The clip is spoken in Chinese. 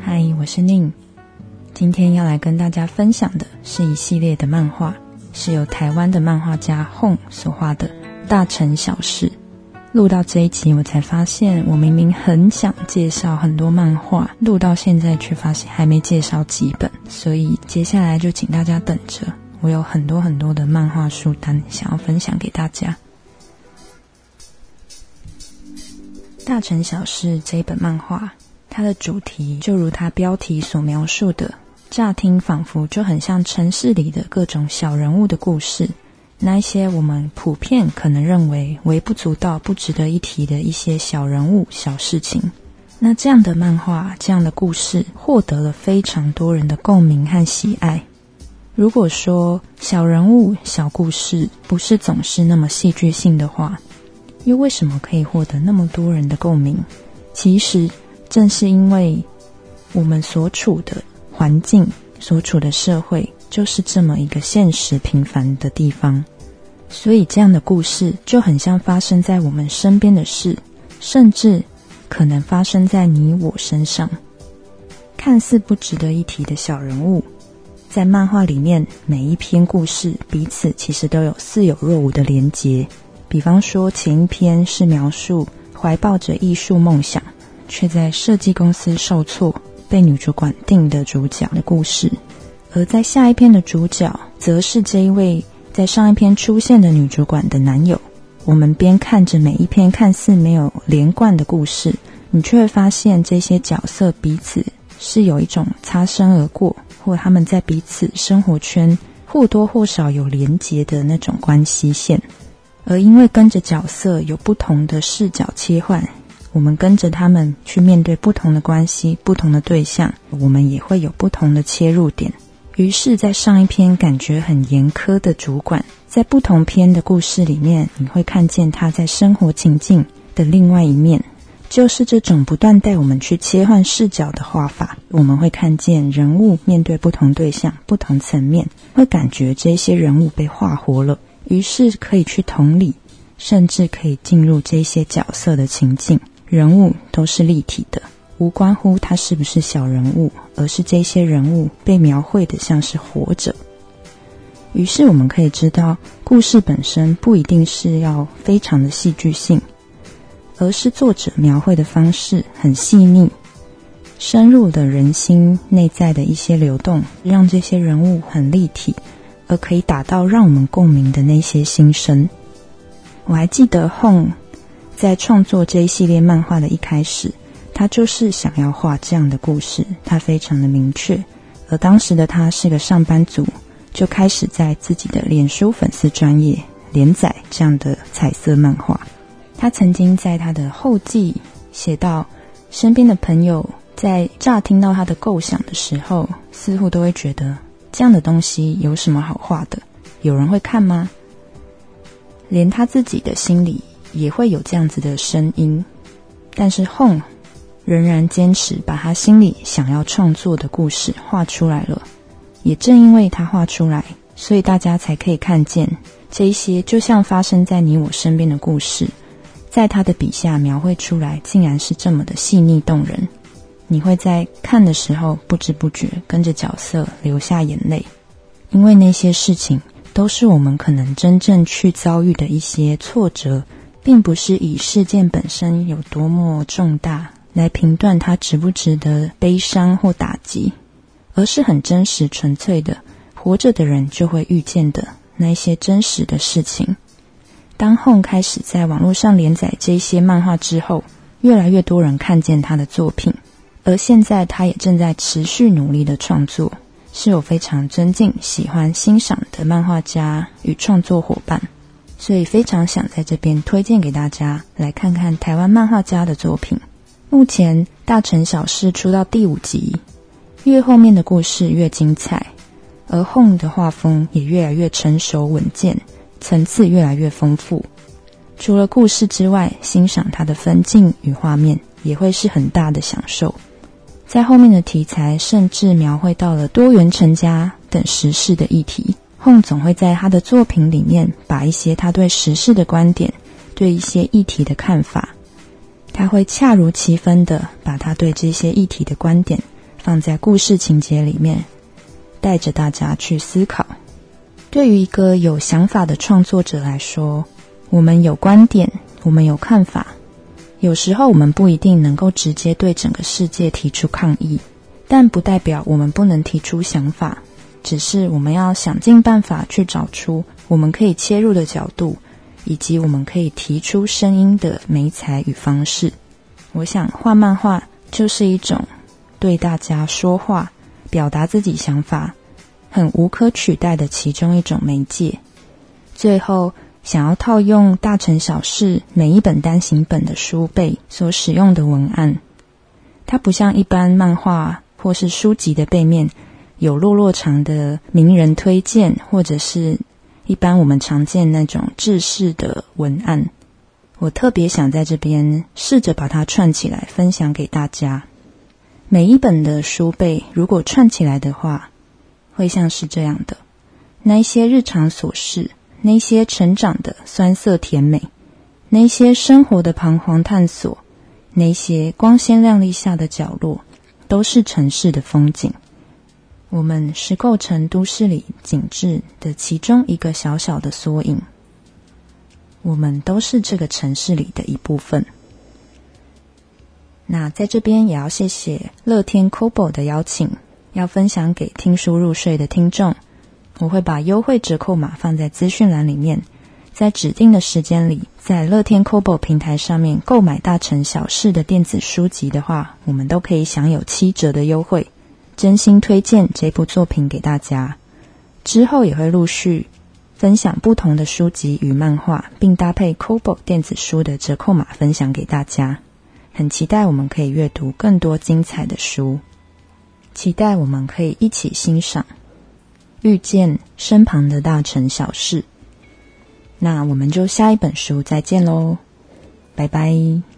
嗨，我是宁。今天要来跟大家分享的是一系列的漫画，是由台湾的漫画家 Hong 所画的大城小事。录到这一集我才发现，我明明很想介绍很多漫画，录到现在却发现还没介绍几本，所以接下来就请大家等着，我有很多很多的漫画书单想要分享给大家。大城小事这一本漫画，它的主题就如它标题所描述的，乍听仿佛就很像城市里的各种小人物的故事，那一些我们普遍可能认为微不足道、不值得一提的一些小人物、小事情。那这样的漫画、这样的故事获得了非常多人的共鸣和喜爱。如果说小人物、小故事不是总是那么戏剧性的话，又为什么可以获得那么多人的共鸣？其实正是因为我们所处的环境、所处的社会就是这么一个现实平凡的地方，所以这样的故事就很像发生在我们身边的事，甚至可能发生在你我身上。看似不值得一提的小人物，在漫画里面每一篇故事彼此其实都有似有若无的连结。比方说前一篇是描述怀抱着艺术梦想却在设计公司受挫被女主管定的主角的故事，而在下一篇的主角则是这一位在上一篇出现的女主管的男友。我们边看着每一篇看似没有连贯的故事，你却会发现这些角色彼此是有一种擦身而过，或他们在彼此生活圈或多或少有连结的那种关系线。而因为跟着角色有不同的视角切换，我们跟着他们去面对不同的关系、不同的对象，我们也会有不同的切入点。于是在上一篇感觉很严苛的主管，在不同篇的故事里面，你会看见他在生活情境的另外一面。就是这种不断带我们去切换视角的画法，我们会看见人物面对不同对象、不同层面，会感觉这些人物被画活了，于是可以去同理，甚至可以进入这些角色的情境。人物都是立体的，无关乎他是不是小人物，而是这些人物被描绘的像是活着。于是我们可以知道，故事本身不一定是要非常的戏剧性，而是作者描绘的方式很细腻，深入的人心内在的一些流动，让这些人物很立体，而可以达到让我们共鸣的那些心声。我还记得 Hong 在创作这一系列漫画的一开始，他就是想要画这样的故事，他非常的明确。而当时的他是个上班族，就开始在自己的脸书粉丝专页连载这样的彩色漫画。他曾经在他的后记写到，身边的朋友在乍听到他的构想的时候，似乎都会觉得这样的东西有什么好画的？有人会看吗？连他自己的心里也会有这样子的声音，但是 Hong 仍然坚持把他心里想要创作的故事画出来了。也正因为他画出来，所以大家才可以看见这一些就像发生在你我身边的故事，在他的笔下描绘出来，竟然是这么的细腻动人。你会在看的时候不知不觉跟着角色流下眼泪，因为那些事情都是我们可能真正去遭遇的一些挫折，并不是以事件本身有多么重大来评断它值不值得悲伤或打击，而是很真实纯粹的活着的人就会遇见的那些真实的事情。当 Hong 开始在网络上连载这些漫画之后，越来越多人看见他的作品，而现在他也正在持续努力的创作，是我非常尊敬、喜欢、欣赏的漫画家与创作伙伴，所以非常想在这边推荐给大家来看看台湾漫画家的作品。目前大城小事出到第5集，越后面的故事越精彩，而 Hong 的画风也越来越成熟稳健，层次越来越丰富。除了故事之外，欣赏它的分镜与画面也会是很大的享受。在后面的题材甚至描绘到了多元成家等时事的议题， Hong 总会在他的作品里面把一些他对时事的观点，对一些议题的看法，他会恰如其分的把他对这些议题的观点放在故事情节里面，带着大家去思考。对于一个有想法的创作者来说，我们有观点，我们有看法，有时候我们不一定能够直接对整个世界提出抗议，但不代表我们不能提出想法，只是我们要想尽办法去找出我们可以切入的角度，以及我们可以提出声音的媒材与方式。我想画漫画就是一种对大家说话，表达自己想法很无可取代的其中一种媒介。最后想要套用大城小事每一本单行本的书背所使用的文案，它不像一般漫画或是书籍的背面有落长的名人推荐，或者是一般我们常见那种制式的文案。我特别想在这边试着把它串起来分享给大家。每一本的书背如果串起来的话，会像是这样的：那一些日常琐事，那些成长的酸涩甜美，那些生活的彷徨探索，那些光鲜亮丽下的角落，都是城市的风景。我们是构成都市里景致的其中一个小小的缩影，我们都是这个城市里的一部分。那在这边也要谢谢乐天 Kobo 的邀请，要分享给听书入睡的听众。我会把优惠折扣码放在资讯栏里面，在指定的时间里，在乐天 Kobo 平台上面购买大城小事的电子书籍的话，我们都可以享有7折的优惠。真心推荐这部作品给大家。之后也会陆续分享不同的书籍与漫画，并搭配 Kobo 电子书的折扣码分享给大家。很期待我们可以阅读更多精彩的书，期待我们可以一起欣赏遇见身旁的大城小事。那我们就下一本书再见咯，拜拜。